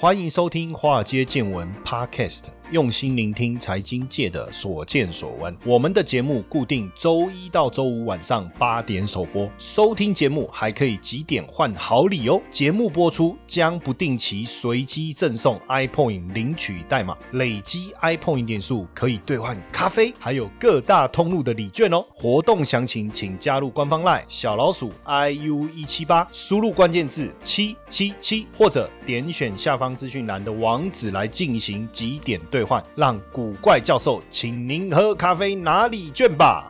欢迎收听华尔街见闻 Podcast， 用心聆听财经界的所见所闻。我们的节目固定周一到周五晚上8点首播，收听节目还可以集点换好礼哦。节目播出将不定期随机赠送 iPoint 领取代码，累积 iPoint 点数可以兑换咖啡，还有各大通路的礼券哦。活动详情请加入官方 LINE 小老鼠 IU178， 输入关键字777，或者点选下方资讯栏的网址来进行集点兑换，让古怪教授请您喝咖啡拿礼券吧。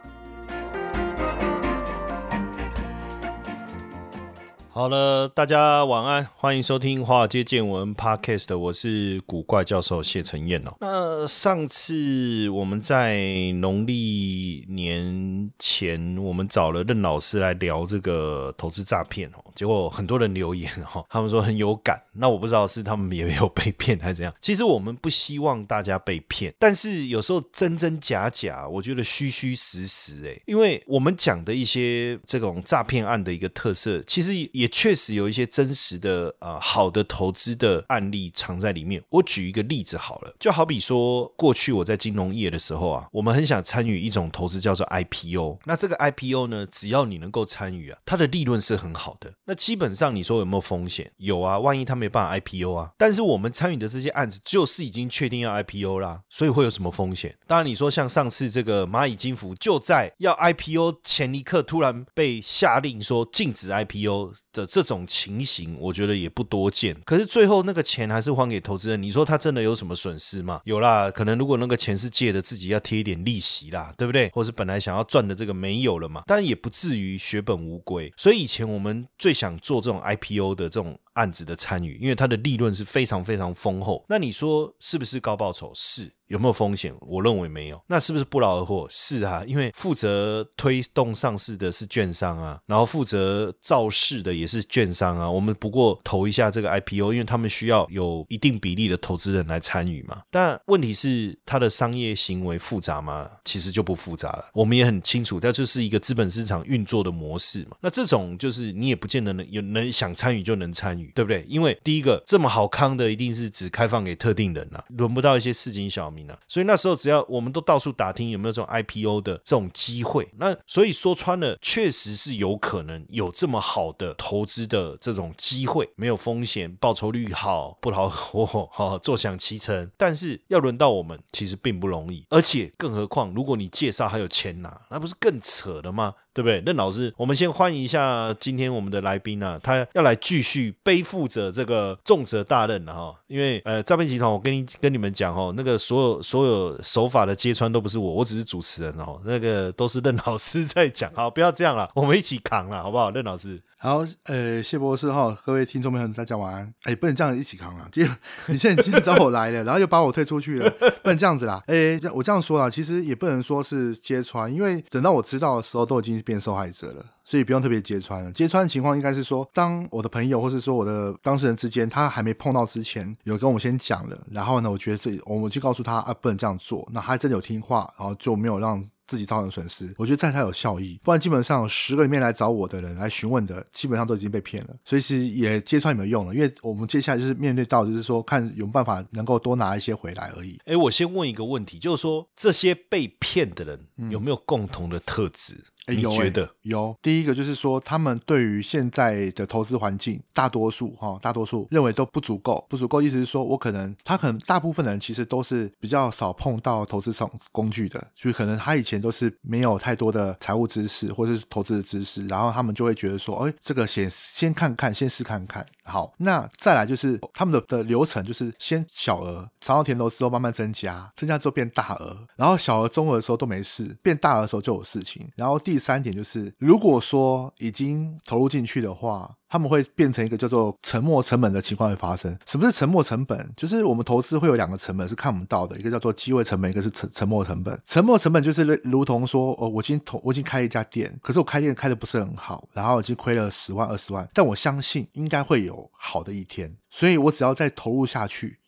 好了，大家晚安，欢迎收听华尔街见闻 Podcast， 我是古怪教授谢承彦哦。那上次我们在农历年前，我们找了任老师来聊这个投资诈骗哦，结果很多人留言哦，他们说很有感。那我不知道是他们也有被骗还是怎样。其实我们不希望大家被骗，但是有时候真真假假，我觉得虚虚实实因为我们讲的一些这种诈骗案的一个特色，其实也确实有一些真实的好的投资的案例藏在里面。我举一个例子好了，就好比说过去我在金融业的时候啊，我们很想参与一种投资叫做 IPO。那这个 IPO 呢，只要你能够参与啊，它的利润是很好的。那基本上你说有没有风险？有啊，万一他没办法 IPO 啊。但是我们参与的这些案子就是已经确定要 IPO 啦，所以会有什么风险？当然你说像上次这个蚂蚁金服，就在要 IPO 前一刻突然被下令说禁止 IPO的这种情形，我觉得也不多见。可是最后那个钱还是还给投资人，你说他真的有什么损失吗？有啦，可能如果那个钱是借的，自己要贴一点利息啦，对不对？或是本来想要赚的这个没有了嘛，但也不至于血本无归。所以以前我们最想做这种 IPO 的这种案子的参与，因为它的利润是非常非常丰厚。那你说是不是高报酬？是。有没有风险？我认为没有。那是不是不劳而获？是啊，因为负责推动上市的是券商啊，然后负责造市的也是券商啊。我们不过投一下这个 IPO， 因为他们需要有一定比例的投资人来参与嘛。但问题是它的商业行为复杂吗？其实就不复杂了。我们也很清楚，它就是一个资本市场运作的模式嘛。那这种就是你也不见得能想参与就能参与，对不对？因为第一个这么好康的一定是只开放给特定人啊，轮不到一些市井小民。所以那时候只要我们都到处打听有没有这种 IPO 的这种机会，那所以说穿了确实是有可能有这么好的投资的这种机会，没有风险，报酬率好，不劳而获，坐享其成。但是要轮到我们其实并不容易，而且更何况如果你介绍还有钱拿，那不是更扯了吗？对不对？任老师，我们先欢迎一下今天我们的来宾啊，他要来继续背负着这个重责大任哈。因为诈骗集团，我跟你们讲那个所有手法的揭穿都不是我只是主持人那个都是任老师在讲。好，不要这样啦，我们一起扛啦，好不好？任老师。 好，谢博士各位听众朋友大家晚安。不能这样一起扛啦，你现在找我来了，然后又把我推出去了，不能这样子啦。我这样说啦，其实也不能说是揭穿，因为等到我知道的时候都已经变受害者了，所以不用特别揭穿了。揭穿的情况应该是说，当我的朋友或是说我的当事人之间，他还没碰到之前，有跟我先讲了，然后呢，我觉得我就告诉他不能这样做，那他真的有听话，然后就没有让自己造成损失，我觉得在他有效益，不然基本上10个里面来找我的人来询问的，基本上都已经被骗了，所以其实也揭穿也没有用了，因为我们接下来就是面对到就是说看有没有办法能够多拿一些回来而已。 我先问一个问题，就是说这些被骗的人有没有共同的特质？你觉得？ 有。第一个就是说他们对于现在的投资环境大多数认为都不足够意思是说他可能大部分的人其实都是比较少碰到投资工具的，所以可能他以前都是没有太多的财务知识或者是投资的知识，然后他们就会觉得说这个先看看，先试看看。好，那再来就是他们的流程就是先小额尝到甜头之后慢慢增加之后变大额，然后小额中额的时候都没事，变大额的时候就有事情。然后第三点就是如果说已经投入进去的话，他们会变成一个叫做沉没成本的情况会发生。什么是沉没成本？就是我们投资会有2个成本是看不到的，一个叫做机会成本，一个是沉没成本。沉没成本就是如同说我已经开了一家店，可是我开店开的不是很好，然后已经亏了10万20万，但我相信应该会有好的一天，所以我只要再投入下去，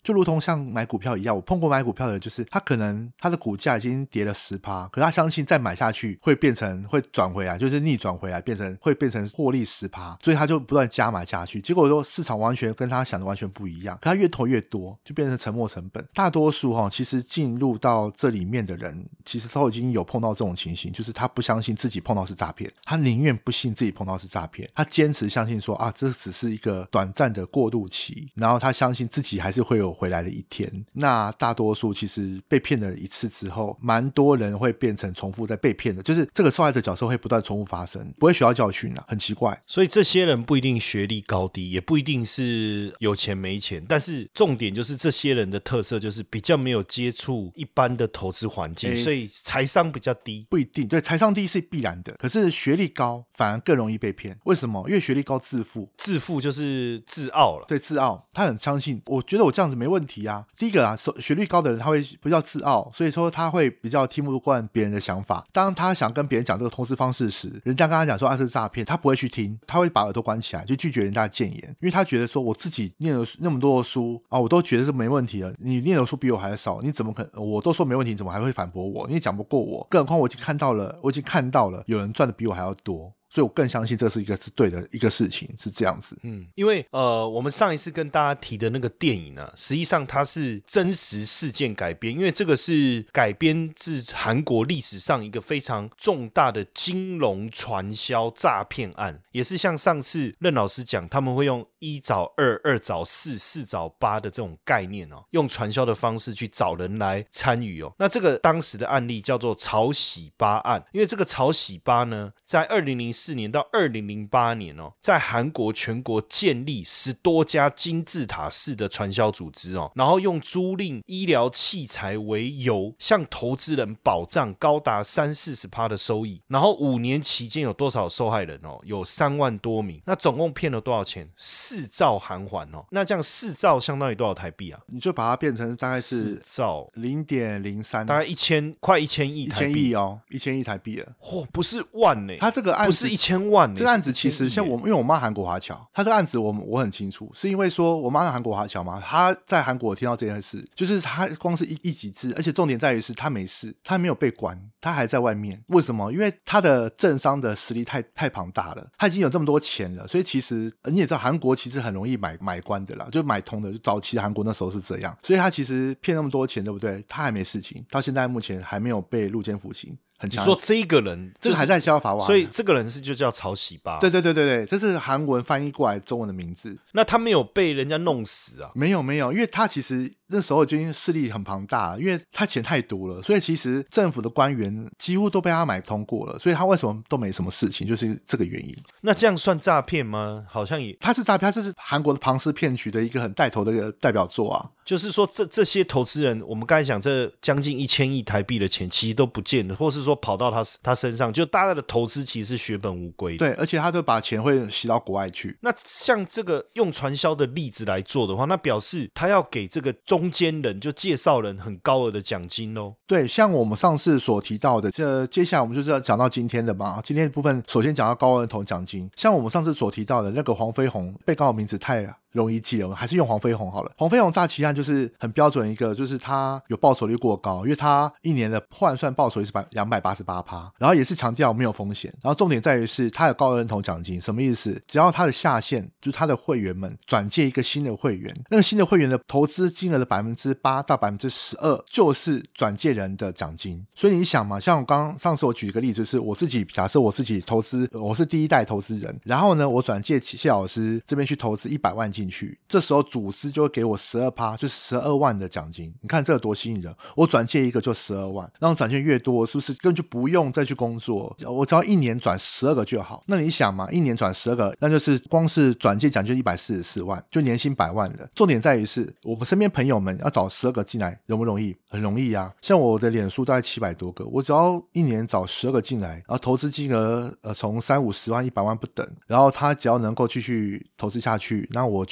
就如同像买股票一样，我碰过买股票的人，就是他可能他的股价已经跌了10%，可是他相信再买下去会转回来，就是逆转回来变成获利10%，所以他就不断加买下去，结果说市场完全跟他想的完全不一样，可他越投越多，就变成沉没成本。大多数其实进入到这里面的人，其实都已经有碰到这种情形，就是他不相信自己碰到是诈骗，他宁愿不信自己碰到是诈骗，他坚持相信说啊，这只是一个短暂的过渡期，然后他相信自己还是会有回来的一天。那大多数其实被骗了一次之后，蛮多人会变成重复在被骗的，就是这个受害者角色会不断重复发生，不会学到教训啊，很奇怪。 所以这些人不一定学历高低，也不一定是有钱没钱，但是重点就是这些人的特色就是比较没有接触一般的投资环境，所以财商比较低。 不一定，对，财商低是必然的，可是学历高反而更容易被骗。为什么？因为学历高自负就是自傲了。 对，自傲，他很相信，我觉得我这样子没问题啊。第一个啊，学历高的人他会比较自傲，所以说他会比较听不惯别人的想法。当他想跟别人讲这个投资方式时，人家跟他讲说是诈骗，他不会去听，他会把耳朵关起来，就拒绝人家的谏言，因为他觉得说我自己念了那么多的书啊，我都觉得是没问题了，你念的书比我还少，你怎么可能？我都说没问题，你怎么还会反驳我？你也讲不过我，更何况我已经看到了有人赚的比我还要多。所以我更相信这是对的一个事情，是这样子。 因为我们上一次跟大家提的那个电影呢，实际上它是真实事件改编，因为这个是改编自韩国历史上一个非常重大的金融传销诈骗案，也是像上次任老师讲，他们会用1找2、2找4、4找8的这种概念用传销的方式去找人来参与那这个当时的案例叫做曹喜八案，因为这个曹喜八呢，在2004年到2008年在韩国全国建立10多家金字塔式的传销组织然后用租赁医疗器材为由，向投资人保障高达30-40% 的收益，然后5年期间有多少受害人有3万多名，那总共骗了多少钱？4兆韩元那这样4兆相当于多少台币啊？ 你就把它变成大概是 4兆 0.03， 大概快1000亿台币 1000亿台币了不是万他这个案子不是1000万这个案子其实像因为我妈韩国华侨，他这个案子我很清楚，是因为说我妈是韩国华侨嘛，她在韩国听到这件事，就是她光是一己之，而且重点在于是她没事，她没有被关，她还在外面。为什么？因为她的政商的实力太庞大了，她已经有这么多钱了，所以其实你也知道韩国其实很容易买官的啦，就买通的，就早期韩国那时候是这样，所以她其实骗那么多钱，对不对？她还没事情，到现在目前还没有被入监服刑。 你说这个人、 这个还在逍遥法外， 所以这个人就叫曹喜八。 对，这是韩文翻译过来中文的名字。 那他没有被人家弄死啊？ 没有，因为他其实那时候已经势力很庞大了，因为他钱太多了，所以其实政府的官员几乎都被他买通过了，所以他为什么都没什么事情，就是这个原因。 那这样算诈骗吗？好像也， 他是诈骗，他是韩国的庞氏骗局的一个很带头的一个代表作啊。 就是说这些投资人，我们刚才讲这将近1000亿台币的钱其实都不见了，或是说跑到他身上，就大家的投资其实是血本无归。 对，而且他都把钱会洗到国外去。 那像这个用传销的例子来做的话，那表示他要给这个中间人就介绍人很高额的奖金咯。 对，像我们上次所提到的，接下来我们就是要讲到今天的嘛。今天的部分首先讲到高额投奖金，像我们上次所提到的那个黄飞鸿，被告的名字太容易记了，还是用黄飞鸿好了。黄飞鸿诈欺案就是很标准一个，就是他有报酬率过高，因为他一年的换算报酬率是288%，然后也是强调没有风险，然后重点在于是他有高额认同奖金。什么意思？只要他的下线就是他的会员们转介一个新的会员，那个新的会员的投资金额的8%到12%就是转介人的奖金。所以你想嘛，像上次我举一个例子，是假设我自己投资，我是第一代投资人，然后呢我转介谢老师这边去投资100万进去，这时候组织就会给我12%，就12万的奖金。你看这个多吸引人，我转介一个就12万，然后转介越多，是不是根本就不用再去工作，我只要一年转12个就好。那你想嘛，一年转12个，那就是光是转介奖金144万，就年薪100万了。重点在于是我们身边朋友们要找12个进来容不容易？很容易啊。像我的脸书大概700多个，我只要一年找12个进来，然后投资金额从30-50万100万不等，然后他只要能够继续投资下去，那我就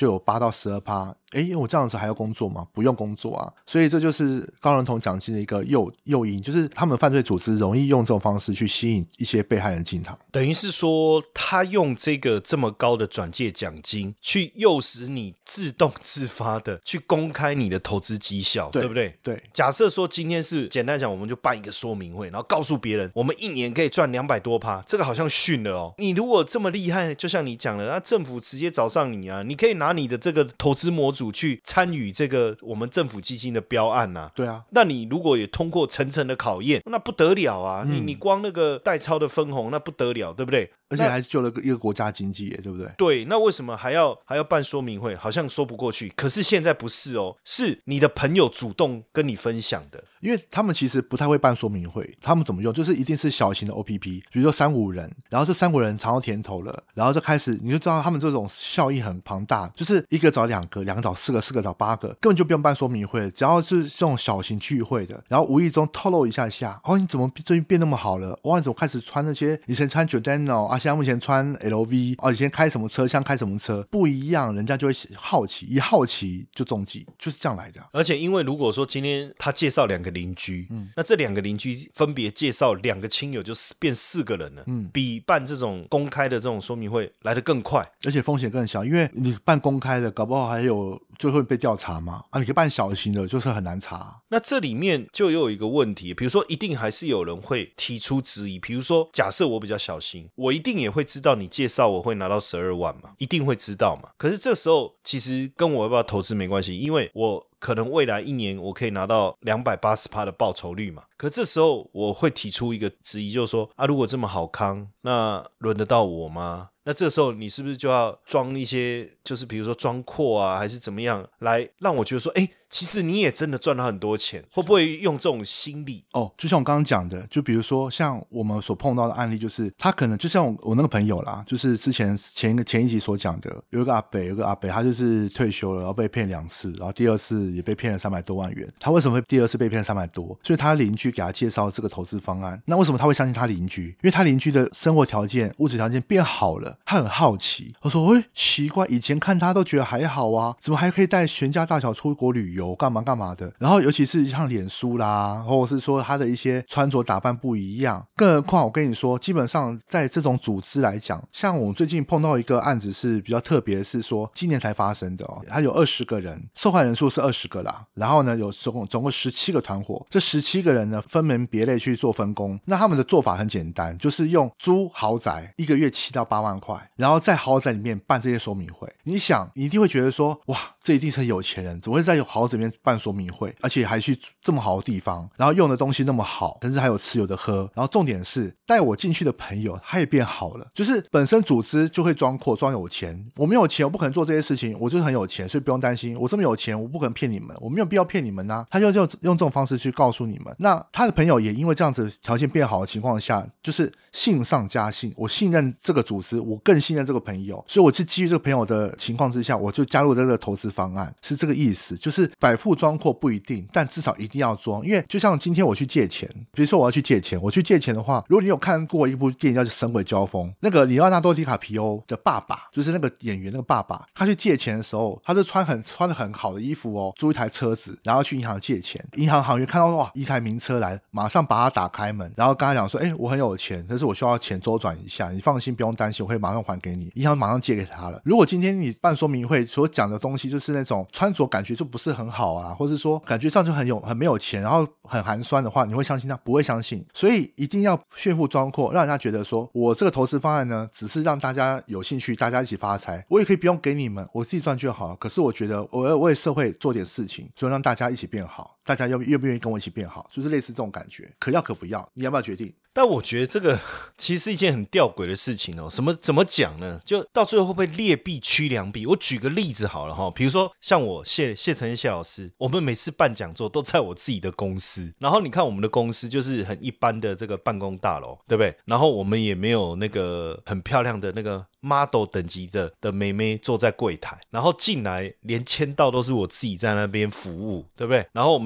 就有8到12%。我这样子还要工作吗？不用工作啊。所以这就是高人头奖金的一个诱因，就是他们犯罪组织容易用这种方式去吸引一些被害人进场。 等于是说他用这个这么高的转介奖金去诱使你自动自发的去公开你的投资绩效， 对不对？ 对。 假设说今天是简单讲，我们就办一个说明会，然后告诉别人我们一年可以赚200多%，这个好像逊了哦。你如果这么厉害，就像你讲的，那政府直接找上你啊，你可以拿你的这个投资模组去参与这个我们政府基金的标案啊。 对啊。 那你如果也通过层层的考验，那不得了啊。你光那个代操的分红那不得了，对不对？ 而且还救了一个国家经济耶，对不对？ 对，那为什么还要办说明会？好像说不过去。可是现在不是哦，是你的朋友主动跟你分享的。 因为他们其实不太会办说明会，他们怎么用？就是一定是小型的 OPP， 比如说3-5人，然后这3-5人尝到甜头了，然后就开始你就知道他们这种效益很庞大，就是一个找2个，2个找4个，4个找8个，根本就不用办说明会，只要是这种小型聚会的，然后无意中透露一下，你怎么最近变那么好了？哇，你怎么开始穿那些以前穿 Giordano 啊，现在目前穿 LV 以前开什么车厢开什么车不一样，人家就会好奇，一好奇就中计，就是这样来的。 而且因为如果说今天他介绍2个邻居，那这2个邻居分别介绍2个亲友，就变4个人了，比办这种公开的这种说明会来得更快， 而且风险更小，因为你办公开的搞不好还有就会被调查嘛，你可以办小型的就是很难查。 那这里面就有一个问题，比如说一定还是有人会提出质疑，比如说假设我比较小心，我一定也会知道你介绍我会拿到12万嘛，一定会知道嘛。可是这时候其实跟我要不要投资没关系，因为我可能未来1年我可以拿到280%的报酬率嘛。可这时候我会提出一个质疑，就是说如果这么好康，那轮得到我吗？那这个时候你是不是就要装一些，就是比如说装阔啊，还是怎么样，来让我觉得说其实你也真的赚到很多钱，会不会用这种心理？ 就像我刚刚讲的，就比如说像我们所碰到的案例，就是他可能就像我那个朋友啦，就是之前前一集所讲的，有一个阿伯，他就是退休了，然后被骗2次，然后第2次也被骗了300多万元。他为什么会第2次被骗300多？所以他邻居给他介绍这个投资方案。那为什么他会相信他邻居？因为他邻居的生活条件、物质条件变好了，他很好奇。他说：奇怪，以前看他都觉得还好啊，怎么还可以带全家大小出国旅游，干嘛的？然后尤其是像脸书啦，或者是说他的一些穿着打扮不一样。更何况我跟你说，基本上在这种组织来讲，像我们最近碰到一个案子是比较特别的，是说今年才发生的他有20个人，受害人数是20个啦。然后呢，有总共17个团伙，这17个人呢分门别类去做分工。那他们的做法很简单，就是用租豪宅1个月7到8万块，然后在豪宅里面办这些说明会。你想，你一定会觉得说，哇，这一定是很有钱人，怎么会在豪宅里面办说明会，而且还去这么好的地方，然后用的东西那么好，甚至还有吃有的喝。然后重点是带我进去的朋友他也变好了，就是本身组织就会装阔装有钱，我没有钱我不可能做这些事情，我就是很有钱，所以不用担心，我这么有钱我不可能骗你们，我没有必要骗你们啊。他就用这种方式去告诉你们。那他的朋友也因为这样子条件变好的情况下，就是信上加信，我信任这个组织，我更信任这个朋友，所以我是基于这个朋友的情况之下，我就加入这个投资方案，是这个意思。就是百富装阔不一定，但至少一定要装。因为就像今天我去借钱，比如说我要去借钱，我去借钱的话，如果你有看过一部电影叫《神鬼交锋》，那个里奥纳多·迪卡皮欧的爸爸，就是那个演员那个爸爸，他去借钱的时候，他就穿得很好的衣服租一台车子，然后去银行借钱。银行行员看到哇一台名车来，马上把他打开门，然后跟他讲说，我很有钱，但是我需要钱周转一下，你放心不用担心，我会马上还给你。银行马上借给他了。如果今天你办说明会所讲的东西就是那种穿着感觉就不是很好啊，或是说感觉上就很没有钱，然后很寒酸的话，你会相信他？不会相信。所以一定要炫富装阔，让人家觉得说我这个投资方案呢，只是让大家有兴趣，大家一起发财，我也可以不用给你们，我自己赚就好。可是我觉得我为社会做点事情，所以让大家一起变好，大家愿不愿意跟我一起变好，就是类似这种感觉，可要可不要，你要不要决定？ 但我觉得这个其实是一件很吊诡的事情怎么讲呢？就到最后会不会劣币驱良币？我举个例子好了比如说像我谢承彦谢老师，我们每次办讲座都在我自己的公司，然后你看我们的公司就是很一般的这个办公大楼，对不对？然后我们也没有那个很漂亮的那个model 等级的妹妹坐在柜台，然后进来连签到都是我自己在那边服务，对不对？然后我们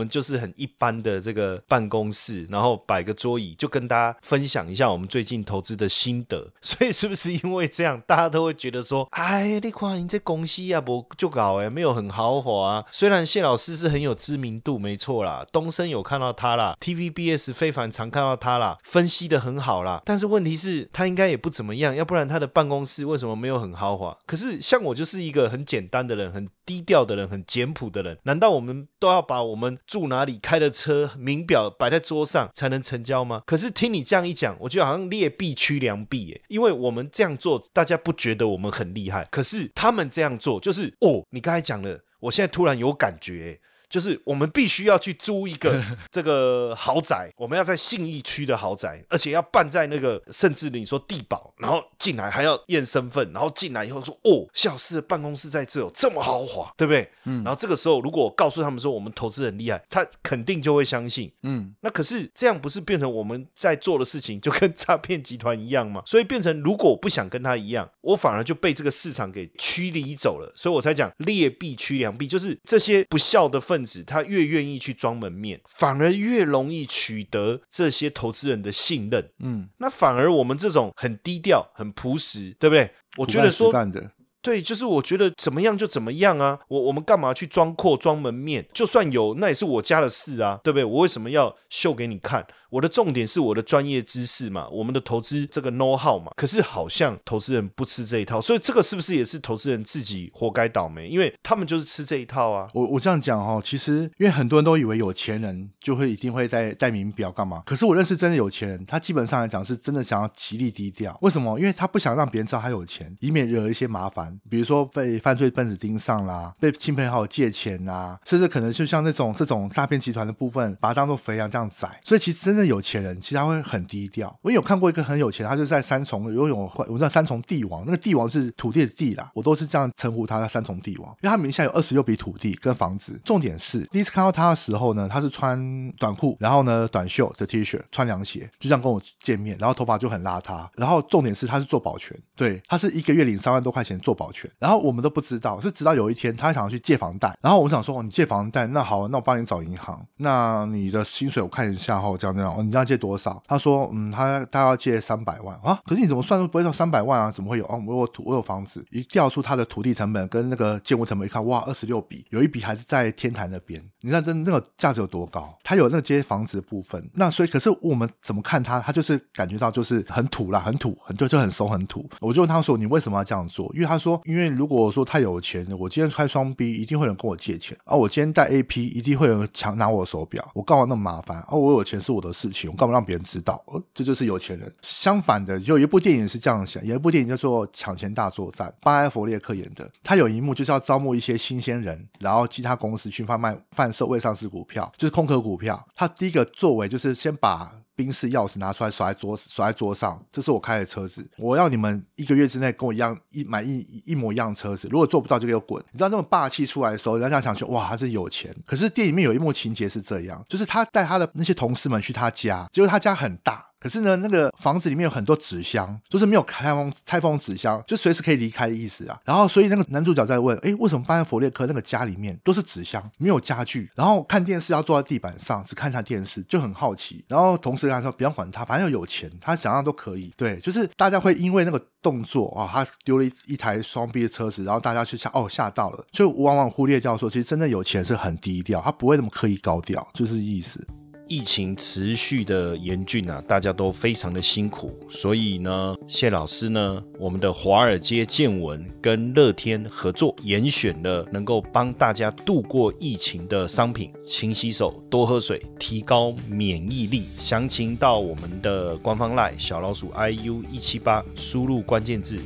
们就是很一般的这个办公室，然后摆个桌椅，就跟大家分享一下我们最近投资的心得。所以是不是因为这样，大家都会觉得说，哎，你看你这公司啊，不就搞没有很豪华啊。虽然谢老师是很有知名度，没错啦，东森有看到他啦， TVBS 非凡常看到他啦，分析的很好啦，但是问题是他应该也不怎么样，要不然他的办公室为什么没有很豪华？可是像我就是一个很简单的人，很低调的人，很简朴的人，难道我们都要把我们住哪里、开的车、名表摆在桌上才能成交吗？可是听你这样一讲，我觉得好像劣币驱良币耶，因为我们这样做，大家不觉得我们很厉害，可是他们这样做，就是你刚才讲了，我现在突然有感觉耶，就是我们必须要去租一个这个豪宅，我们要在信义区的豪宅，而且要办在那个，甚至你说地保，然后进来还要验身份，然后进来以后说谢老师的办公室在这这么豪华，对不对？然后这个时候如果我告诉他们说我们投资很厉害，他肯定就会相信。那可是这样不是变成我们在做的事情就跟诈骗集团一样吗？所以变成如果我不想跟他一样，我反而就被这个市场给驱离走了。所以我才讲劣币驱良币，就是这些不孝的分子，他越愿意去装门面，反而越容易取得这些投资人的信任。那反而我们这种很低调、很朴实，对不对？我觉得说，对，就是我觉得怎么样就怎么样啊，我们干嘛去装阔、装门面？就算有，那也是我家的事啊，对不对？我为什么要秀给你看？我的重点是我的专业知识嘛，我们的投资这个 know how 嘛。可是好像投资人不吃这一套，所以这个是不是也是投资人自己活该倒霉？因为他们就是吃这一套啊。 我这样讲其实因为很多人都以为有钱人就会一定会戴名表干嘛，可是我认识真的有钱人，他基本上来讲是真的想要极力低调。为什么？因为他不想让别人知道他有钱，以免惹一些麻烦，比如说被犯罪分子盯上啦，被亲朋好友借钱啦，甚至可能就像这种诈骗集团的部分，把它当做肥羊这样宰。所以其实真的有钱人其实他会很低调。我有看过一个很有钱，他就在三重游泳，我知道三重地王，那个地王是土地的地啦，我都是这样称呼他，三重地王，因为他名下有26笔土地跟房子。重点是第一次看到他的时候呢，他是穿短裤，然后呢短袖的 T 恤，穿凉鞋，就这样跟我见面，然后头发就很邋遢，然后重点是他是做保全，对，他是一个月领3万多块钱做保全，然后我们都不知道，是直到有一天他想要去借房贷，然后我们想说你借房贷，那好，那我帮你找银行，那你的薪水我看一下这样你要借多少？他说他大概要借300万啊，可是你怎么算都不会到300万啊，怎么会有？我有房子，一调出他的土地成本跟那个建物成本一看，哇，26笔，有一笔还是在天坛那边，你看那个价值有多高？他有那个接房子的部分，那所以可是我们怎么看他就是感觉到就是很土啦，很土，就很怂很土。我就问他说你为什么要这样做？因为他说因为如果说太有钱了，我今天开双 B 一定会有人跟我借钱啊，我今天戴 AP 一定会有人抢拿我的手表，我干嘛那么麻烦啊？我有钱是我的事情，我干嘛让别人知道？这就是有钱人。相反的，有一部电影是这样想，有一部电影叫做《抢钱大作战》，巴埃弗列克演的。他有一幕就是要招募一些新鲜人，然后其他公司去贩售未上市股票，就是空壳股票。他第一个作为就是先把宾士钥匙拿出来甩在桌上，这是我开的车子，我要你们1个月之内跟我一样买一模一样的车子，如果做不到就给我滚。你知道那种霸气出来的时候，人家想说哇他真有钱。可是电影里面有一幕情节是这样，就是他带他的那些同事们去他家，结果他家很大，可是呢那个房子里面有很多纸箱，就是没有拆封纸箱，就随时可以离开的意思啊。然后所以那个男主角在问为什么巴恩弗列克那个家里面都是纸箱没有家具，然后看电视要坐在地板上只看他电视，就很好奇。然后同事跟他说不要管他，反正有钱他想要都可以。对，就是大家会因为那个动作他丢了一台双 B 的车子，然后大家去吓到了，所以往往忽略掉说其实真的有钱是很低调，他不会那么刻意高调，就是意思。 疫情持续的严峻啊，大家都非常的辛苦，所以呢，谢老师呢，我们的华尔街见闻跟乐天合作，严选了能够帮大家度过疫情的商品，勤洗手，多喝水，提高免疫力。详情到我们的官方 LINE 小老鼠 IU178，输入关键字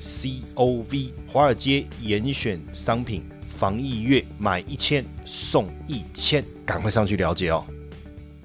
COV， 华尔街严选商品，防疫月买1000送1000，赶快上去了解哦。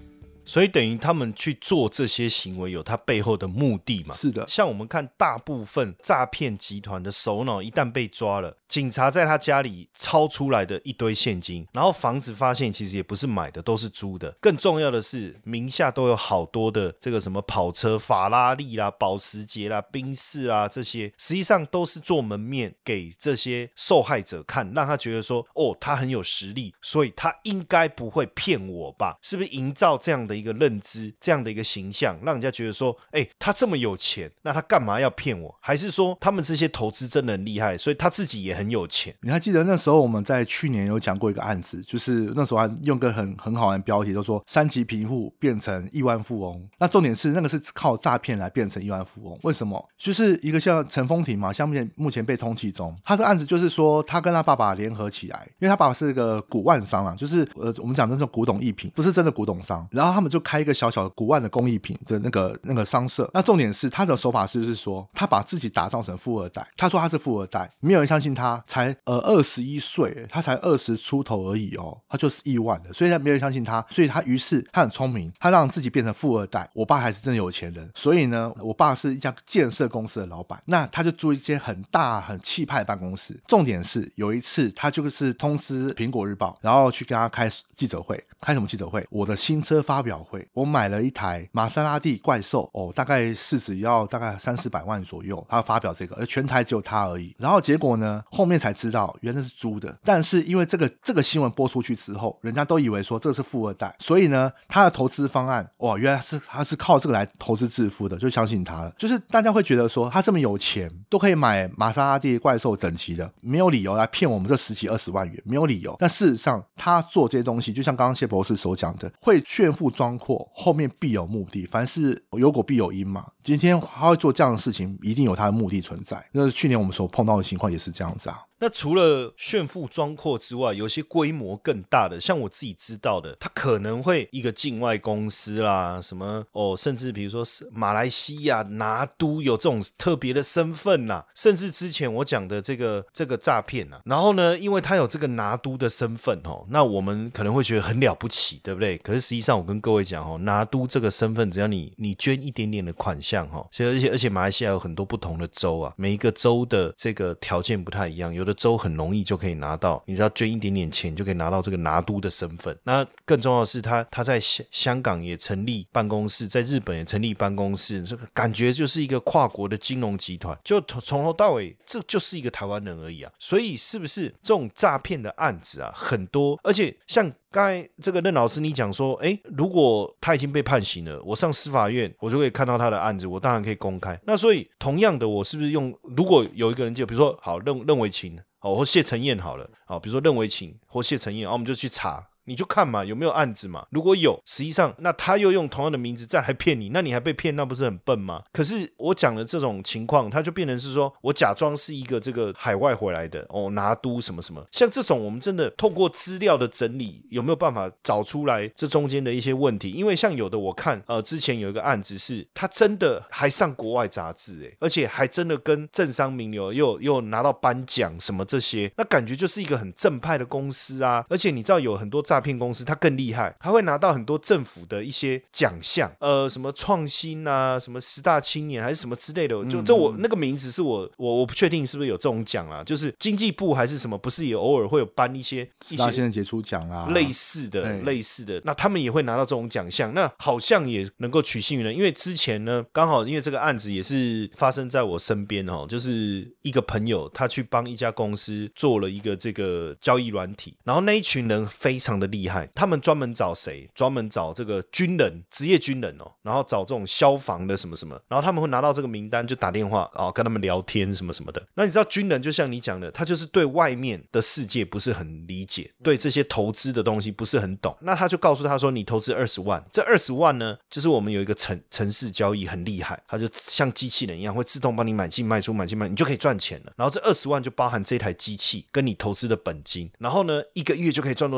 所以等于他们去做这些行为有他背后的目的嘛。 是的， 像我们看大部分诈骗集团的首脑一旦被抓了，警察在他家里抄出来的一堆现金，然后房子发现其实也不是买的，都是租的，更重要的是名下都有好多的这个什么跑车，法拉利啦、保时捷啦、宾士啊，这些实际上都是做门面给这些受害者看，让他觉得说他很有实力，所以他应该不会骗我吧，是不是营造这样的一个认知，这样的一个形象，让人家觉得说他这么有钱，那他干嘛要骗我？还是说他们这些投资真的很厉害，所以他自己也很有钱？ 你还记得那时候我们在去年有讲过一个案子，就是那时候还用个很好玩的标题，叫做3级贫户变成亿万富翁。那重点是那个是靠诈骗来变成亿万富翁，为什么？就是一个像陈风婷嘛，像目前被通缉中，他这个案子就是说他跟他爸爸联合起来，因为他爸爸是一个古玩商啦，就是我们讲的那种古董艺品，不是真的古董商，然后他们就开一个小小的古玩的工艺品的那个商社。那重点是他的手法就是说他把自己打造成富二代，他说他是富二代，没有人相信他，才21岁，他才20出头而已他就是亿万的，所以他没人相信他，所以于是他很聪明，他让自己变成富二代。我爸还是真的有钱人，所以呢，我爸是一家建设公司的老板，那他就租一间很大很气派的办公室。重点是有一次他就是通知苹果日报，然后去跟他开记者会。开什么记者会？我的新车发表会，我买了一台玛莎拉蒂怪兽大概市值要大概300-400万左右，他要发表这个，而全台只有他而已。然后结果呢，后面才知道原来是租的，但是因为这个新闻播出去之后，人家都以为说这是富二代，所以呢，他的投资方案原来他是靠这个来投资致富的，就相信他了。就是大家会觉得说他这么有钱，都可以买玛莎拉蒂怪兽等级的，没有理由来骗我们这10几20万元，没有理由。但事实上他做这些东西，就像刚刚谢博士所讲的，会炫富装阔，后面必有目的，凡是有果必有因嘛。今天他会做这样的事情，一定有他的目的存在。那去年我们所碰到的情况也是这样子啊。 那除了炫富装阔之外，有些规模更大的，像我自己知道的，他可能会一个境外公司啦，什么甚至比如说马来西亚拿督有这种特别的身份啦，甚至之前我讲的这个诈骗啦，然后呢，因为他有这个拿督的身份那我们可能会觉得很了不起，对不对？可是实际上我跟各位讲拿督这个身份，只要你捐一点点的款项而且马来西亚有很多不同的州啊，每一个州的这个条件不太一样，有的州很容易就可以拿到，你只要捐一点点钱就可以拿到这个拿督的身份。那更重要的是他在香港也成立办公室，在日本也成立办公室，这个感觉就是一个跨国的金融集团，就从头到尾这就是一个台湾人而已啊。所以是不是这种诈骗的案子啊很多，而且像刚才这个任老师你讲说如果他已经被判刑了，我上司法院我就可以看到他的案子，我当然可以公开。那所以同样的，我是不是如果有一个人就比如说好任维琴或谢承彦好了，比如说任维琴或谢承彦，我们就去查，你就看嘛，有没有案子嘛？如果有，实际上那他又用同样的名字再来骗你，那你还被骗，那不是很笨吗？可是我讲的这种情况，他就变成是说我假装是一个这个海外回来的拿督什么什么，像这种我们真的透过资料的整理，有没有办法找出来这中间的一些问题？因为像有的我看之前有一个案子是他真的还上国外杂志而且还真的跟政商名流又拿到颁奖什么这些，那感觉就是一个很正派的公司啊。而且你知道有很多诈骗公司它更厉害，它会拿到很多政府的一些奖项，什么创新啊，什么10大青年还是什么之类的，就我那个名字是我不确定是不是有这种奖啦，就是经济部还是什么，不是也偶尔会有颁一些 10大青年杰出奖啊， 类似的，那他们也会拿到这种奖项，那好像也能够取信于人。因为之前呢，刚好因为这个案子也是发生在我身边就是一个朋友他去帮一家公司做了一个这个交易软体，然后那一群人非常的厉害，他们专门找谁？专门找这个军人，职业军人然后找这种消防的什么什么，然后他们会拿到这个名单就打电话跟他们聊天什么什么的。那你知道军人就像你讲的，他就是对外面的世界不是很理解，对这些投资的东西不是很懂，那他就告诉他说你投资20万，这20万呢就是我们有一个程式交易很厉害，他就像机器人一样会自动帮你买进卖出买进卖，你就可以赚钱了。然后这20万就包含这台机器跟你投资的本金，然后呢1个月就可以赚多少，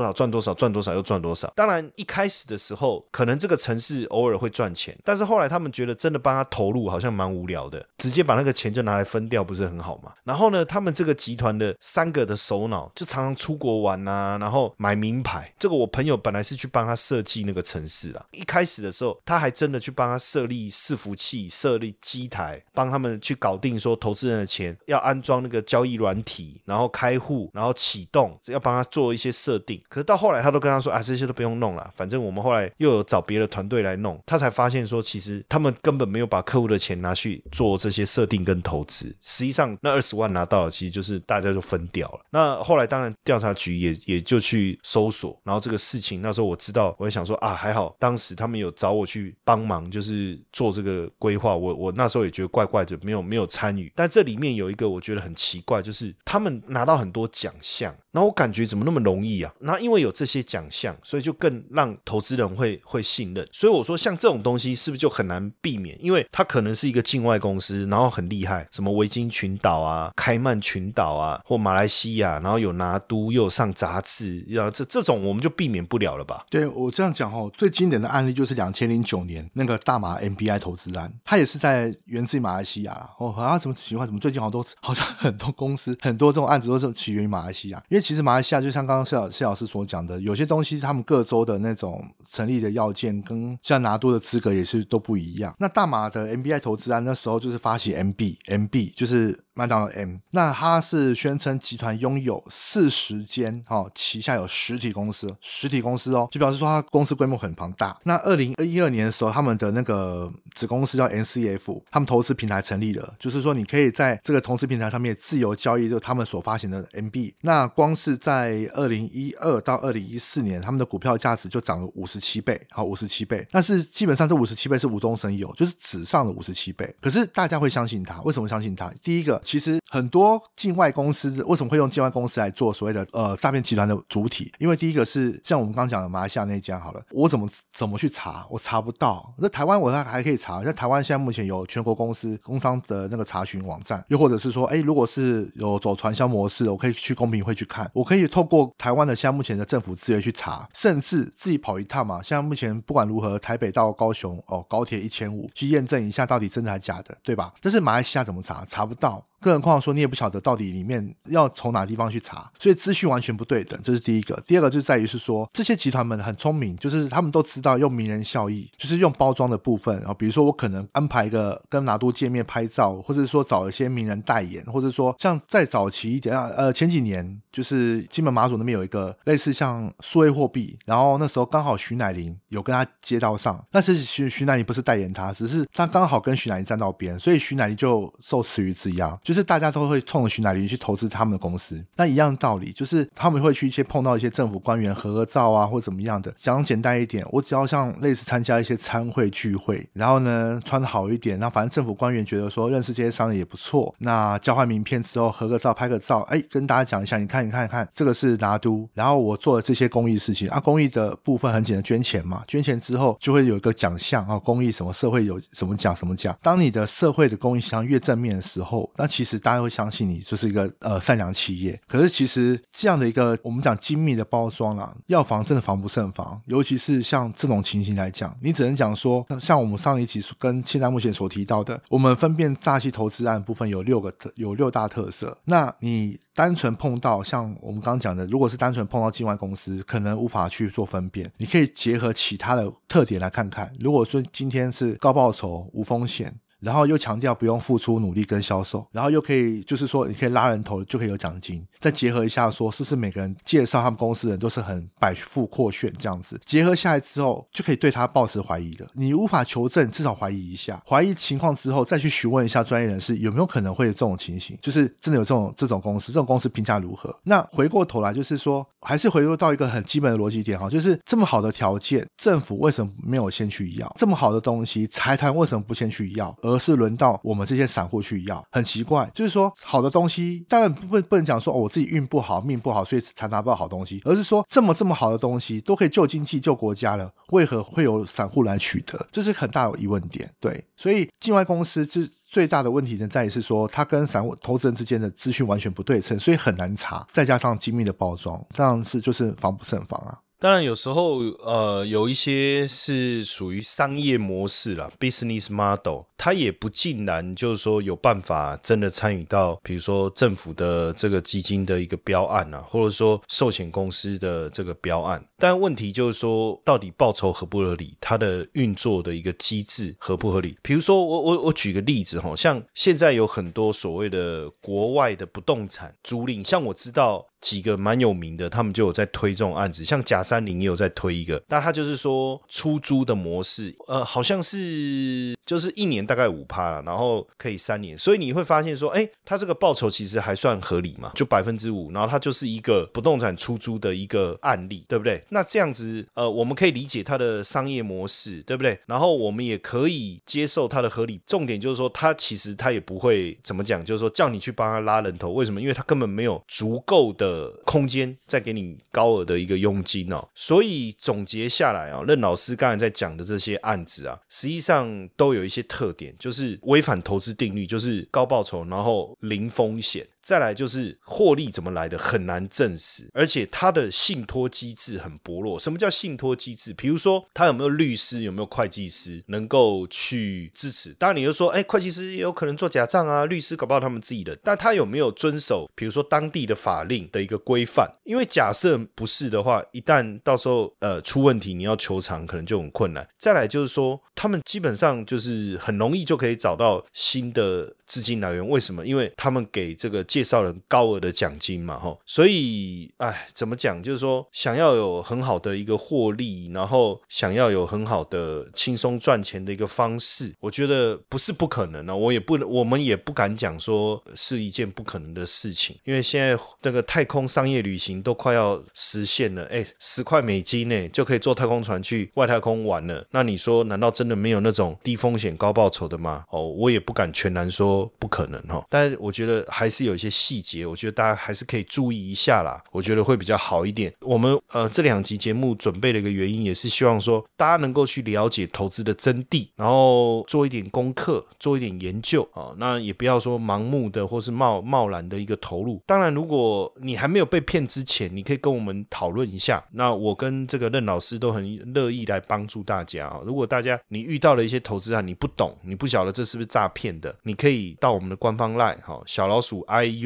少赚多少又赚多少。当然一开始的时候可能这个城市偶尔会赚钱，但是后来他们觉得真的帮他投入好像蛮无聊的，直接把那个钱就拿来分掉不是很好吗？然后呢，他们这个集团的3个的首脑就常常出国玩啊，然后买名牌。这个我朋友本来是去帮他设计那个城市啦，一开始的时候他还真的去帮他设立伺服器、设立机台，帮他们去搞定说投资人的钱要安装那个交易软体，然后开户，然后启动，要帮他做一些设定。可是到后来他都跟他说这些都不用弄啦，反正我们后来又有找别的团队来弄。他才发现说其实他们根本没有把客户的钱拿去做这些设定跟投资，实际上那20万拿到了，其实就是大家就分掉了。那后来当然调查局也就去搜索，然后这个事情那时候我知道，我就想说还好当时他们有找我去帮忙，就是做这个规划。我那时候也觉得怪怪的，没有参与。但这里面有一个我觉得很奇怪，就是他们拿到很多奖项，然后我感觉怎么那么容易啊？然后因为有这些奖项，所以就更让投资人会信任。所以我说像这种东西是不是就很难避免？因为它可能是一个境外公司，然后很厉害，什么维京群岛啊、开曼群岛啊，或马来西亚，然后有拿督又有上杂志，这种我们就避免不了了吧？ 对，我这样讲最经典的案例就是2009年那个大马 MBI 投资案，它也是源自于马来西亚怎么奇怪，怎么最近好像很多公司很多这种案子都是起源于马来西亚。因为其实马来西亚就像刚刚谢老师所讲的，有些东西他们各州的那种成立的要件跟像拿督的资格也是都不一样。那大马的 MBI 投资案那时候就是发起 MB 就是麦当劳 M， 那他是宣称集团拥有40间旗下有实体公司就表示说他公司规模很庞大。那2012年的时候，他们的那个子公司叫 NCF， 他们投资平台成立了，就是说你可以在这个投资平台上面自由交易，就他们所发行的 MB。那光是在2012到2014年，他们的股票价值就涨了57倍，57倍。但是基本上这57倍是无中生有，就是纸上的57倍。可是大家会相信他，为什么相信他？第一个，其实很多境外公司为什么会用境外公司来做所谓的诈骗集团的主体？因为第一个是像我们刚讲的马来西亚那家好了，我怎么去查？我查不到。那台湾我还可以查，像台湾现在目前有全国公司工商的那个查询网站，又或者是说如果是有走传销模式，我可以去公平会去看，我可以透过台湾的现在目前的政府资源去查，甚至自己跑一趟嘛。现在目前不管如何，台北到高雄高铁1500去验证一下到底真的还假的，对吧？但是马来西亚怎么查？查不到。更何况说你也不晓得到底里面要从哪地方去查，所以资讯完全不对等，这是第一个。第二个就在于是说这些集团们很聪明，就是他们都知道用名人效益，就是用包装的部分，比如说我可能安排一个跟拿督见面拍照，或者说找一些名人代言，或者说像再早期一点前几年就是金门马祖那边有一个类似像数位货币，然后那时候刚好徐乃麟有跟他接到上，但是徐乃麟不是代言他，只是他刚好跟徐乃麟站到边，所以徐乃麟就受池鱼之殃，就是大家都会冲着徐乃麟去投资他们的公司。那一样的道理，就是他们会去碰到一些政府官员合照啊或怎么样的，讲简单一点，我只要像类似参加一些参会聚会，然后呢穿好一点，那反正政府官员觉得说认识这些商人也不错，那交换名片之后合个照拍个照，跟大家讲一下，你看这个是拿督，然后我做了这些公益事情公益的部分很简单，捐钱嘛，捐钱之后就会有一个奖项公益什么社会有什么奖。当你的社会的公益形象越正面的时候，那其实大家会相信你就是一个善良企业。可是其实这样的一个我们讲精密的包装啦，要防真的防不胜防，尤其是像这种情形来讲，你只能讲说像我们上一集跟现在目前所提到的，我们分辨诈欺投资案部分有6大特色。那你单纯碰到像我们刚刚讲的，如果是单纯碰到境外公司，可能无法去做分辨，你可以结合其他的特点来看看。如果说今天是高报酬无风险，然后又强调不用付出努力跟销售，然后又可以就是说你可以拉人头就可以有奖金，再结合一下说是不是每个人介绍他们公司的人都是很百富阔炫这样子，结合下来之后就可以对他抱持怀疑了。你无法求证，至少怀疑一下，怀疑情况之后再去询问一下专业人士有没有可能会有这种情形，就是真的有这种公司，这种公司评价如何。那回过头来就是说还是回归到一个很基本的逻辑点，就是这么好的条件政府为什么没有先去要，这么好的东西财团为什么不先去要，而是轮到我们这些散户去要，很奇怪。就是说好的东西当然不能讲说我自己运不好命不好所以才拿不到好东西，而是说这么好的东西都可以救经济救国家了，为何会有散户来取得，这是很大的疑问点。对，所以境外公司最大的问题呢在于是说它跟散户投资人之间的资讯完全不对称，所以很难查，再加上精密的包装，这样是就是防不胜防啊。 当然有时候有一些是属于商业模式啦 business model， 它也不尽然就是说有办法真的参与到比如说政府的这个基金的一个标案啊，或者说寿险公司的这个标案，但问题就是说到底报酬合不合理，它的运作的一个机制合不合理。比如说我举个例子，像现在有很多所谓的国外的不动产租赁，像我知道几个蛮有名的，他们就有在推这种案子，像甲山林也有在推一个，那他就是说出租的模式，好像是就是1年大概 5% 啦，然后可以3年，所以你会发现说他这个报酬其实还算合理嘛，就 5%， 然后它就是一个不动产出租的一个案例，对不对？那这样子我们可以理解它的商业模式，对不对？然后我们也可以接受它的合理，重点就是说它其实它也不会怎么讲，就是说叫你去帮他拉人头，为什么？因为它根本没有足够的空间再给你高额的一个佣金哦。所以总结下来啊，任老师刚才在讲的这些案子啊，实际上都有一些特点，就是违反投资定律，就是高报酬然后零风险，再来就是获利怎么来的很难证实，而且它的信托机制很薄弱。什么叫信托机制？比如说他有没有律师，有没有会计师能够去支持？当然你就说会计师也有可能做假账啊，律师搞不好他们自己的，但他有没有遵守比如说当地的法令的一个规范？因为假设不是的话，一旦到时候出问题，你要求偿可能就很困难。再来就是说他们基本上就是很容易就可以找到新的资金来源，为什么？因为他们给这个介绍人高额的奖金嘛，所以怎么讲，就是说想要有很好的一个获利，然后想要有很好的轻松赚钱的一个方式，我觉得不是不可能，我们也不敢讲说是一件不可能的事情，因为现在那个太空商业旅行都快要实现了，$10块就可以坐太空船去外太空玩了，那你说难道真的没有那种低风险高报酬的吗？我也不敢全然说不可能，但是我觉得还是有一些细节，我觉得大家还是可以注意一下啦，我觉得会比较好一点。我们这2集节目准备的一个原因，也是希望说大家能够去了解投资的真谛，然后做一点功课，做一点研究，那也不要说盲目的或是贸然的一个投入。当然如果你还没有被骗之前，你可以跟我们讨论一下，那我跟这个任老师都很乐意来帮助大家。如果大家你遇到了一些投资案，你不懂，你不晓得这是不是诈骗的，你可以到我们的官方 LINE 小老鼠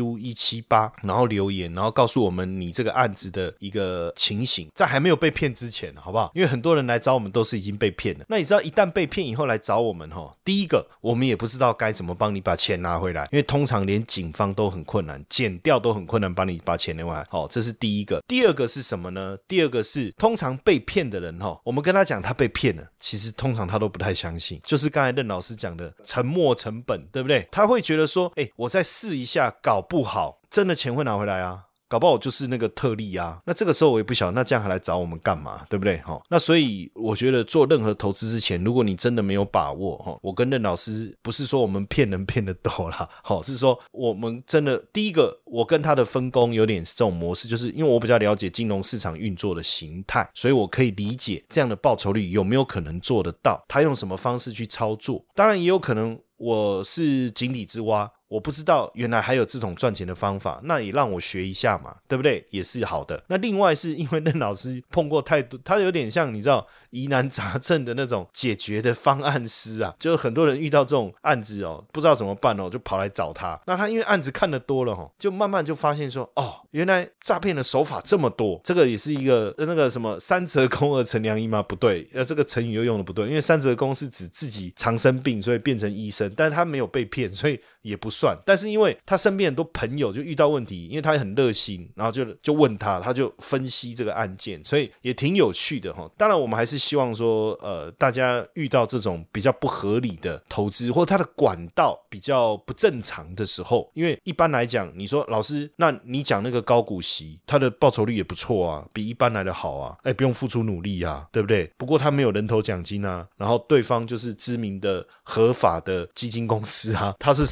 IU178， 然后留言，然后告诉我们你这个案子的一个情形，在还没有被骗之前，好不好？因为很多人来找我们都是已经被骗了，那你知道一旦被骗以后来找我们，第一个我们也不知道该怎么帮你把钱拿回来，因为通常连警方都很困难，检调都很困难帮你把钱拿回来，这是第一个。第二个是什么呢？第二个是通常被骗的人，我们跟他讲他被骗了，其实通常他都不太相信，就是刚才任老师讲的沉没成本，对不对？他会觉得说我再试一下，搞不好真的钱会拿回来啊，搞不好就是那个特例啊，那这个时候我也不晓得，那这样还来找我们干嘛，对不对？那所以我觉得做任何投资之前，如果你真的没有把握，我跟任老师不是说我们骗人骗得多啦，是说我们真的第一个，我跟他的分工有点这种模式，就是因为我比较了解金融市场运作的形态，所以我可以理解这样的报酬率有没有可能做得到，他用什么方式去操作。当然也有可能我是井底之蛙，我不知道原来还有这种赚钱的方法，那也让我学一下嘛，对不对？也是好的。那另外是因为任老师碰过太多，他有点像你知道疑难杂症的那种解决的方案师啊，就是很多人遇到这种案子不知道怎么办就跑来找他。那他因为案子看得多了就慢慢就发现说原来诈骗的手法这么多。这个也是一个那个什么三折肱而成良医吗？不对，这个成语又用的不对，因为三折肱是指自己常生病所以变成医生，但是他没有被骗，所以也不算。但是因为他身边很多朋友就遇到问题，因为他很热心，然后就问他，他就分析这个案件，所以也挺有趣的当然我们还是希望说大家遇到这种比较不合理的投资，或他的管道比较不正常的时候，因为一般来讲你说老师，那你讲那个高股息他的报酬率也不错啊，比一般来的好啊，不用付出努力啊，对不对？不过他没有人头奖金啊，然后对方就是知名的合法的基金公司啊，他是谁你会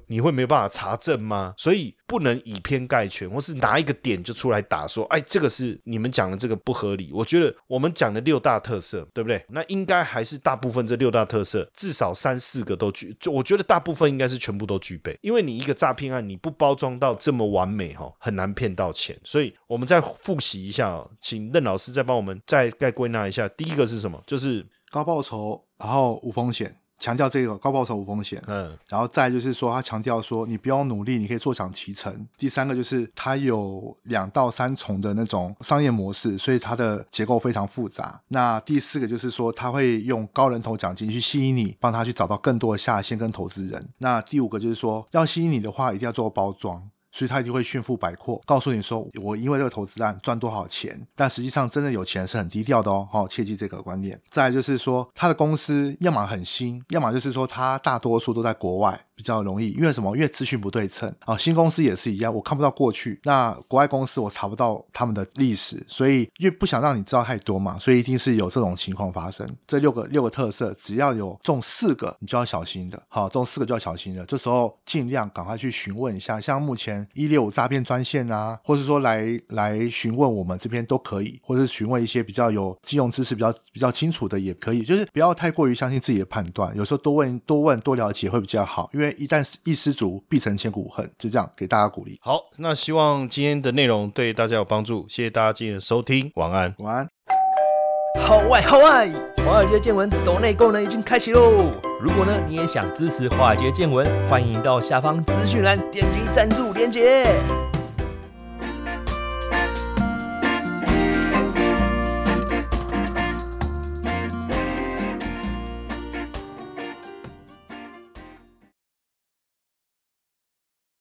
你会没有办法查证吗？所以不能以偏概全，或是拿一个点就出来打说，哎，这个是你们讲的这个不合理。我觉得我们讲的6大特色，对不对？那应该还是大部分这6大特色至少3、4个都我觉得大部分应该是全部都具备，因为你一个诈骗案你不包装到这么完美很难骗到钱。所以我们再复习一下请任老师再帮我们再归纳一下。第一个是什么？就是高报酬，然后无风险，强调这个高报酬无风险。然后再就是说他强调说你不用努力你可以坐享其成。第三个就是他有2到3重的那种商业模式，所以它的结构非常复杂。那第4个就是说他会用高人头奖金去吸引你，帮他去找到更多的下线跟投资人。那第5个就是说要吸引你的话一定要做包装，所以他一定会炫富百阔，告诉你说我因为这个投资案赚多少钱，但实际上真的有钱是很低调的切记这个观念。再来就是说他的公司要么很新，要么就是说他大多数都在国外，比较容易，因为什么？因为资讯不对称新公司也是一样，我看不到过去，那国外公司我查不到他们的历史，所以因为不想让你知道太多嘛，所以一定是有这种情况发生。这六个特色只要有中4个你就要小心的，中4个就要小心的。这时候尽量赶快去询问一下，像目前165诈骗专线啊，或是说来询问我们这边都可以，或是询问一些比较有金融知识比较清楚的也可以，就是不要太过于相信自己的判断，有时候多问多了解会比较好，因为一旦一失足必承千古恨。就这样给大家鼓励。 好，那希望今天的内容对大家有帮助，谢谢大家今天的收听，晚安。 晚安。 好外，华尔街见闻抖内功能已经开启喽！如果呢你也想支持华尔街见闻，欢迎到下方资讯栏点击赞助连结。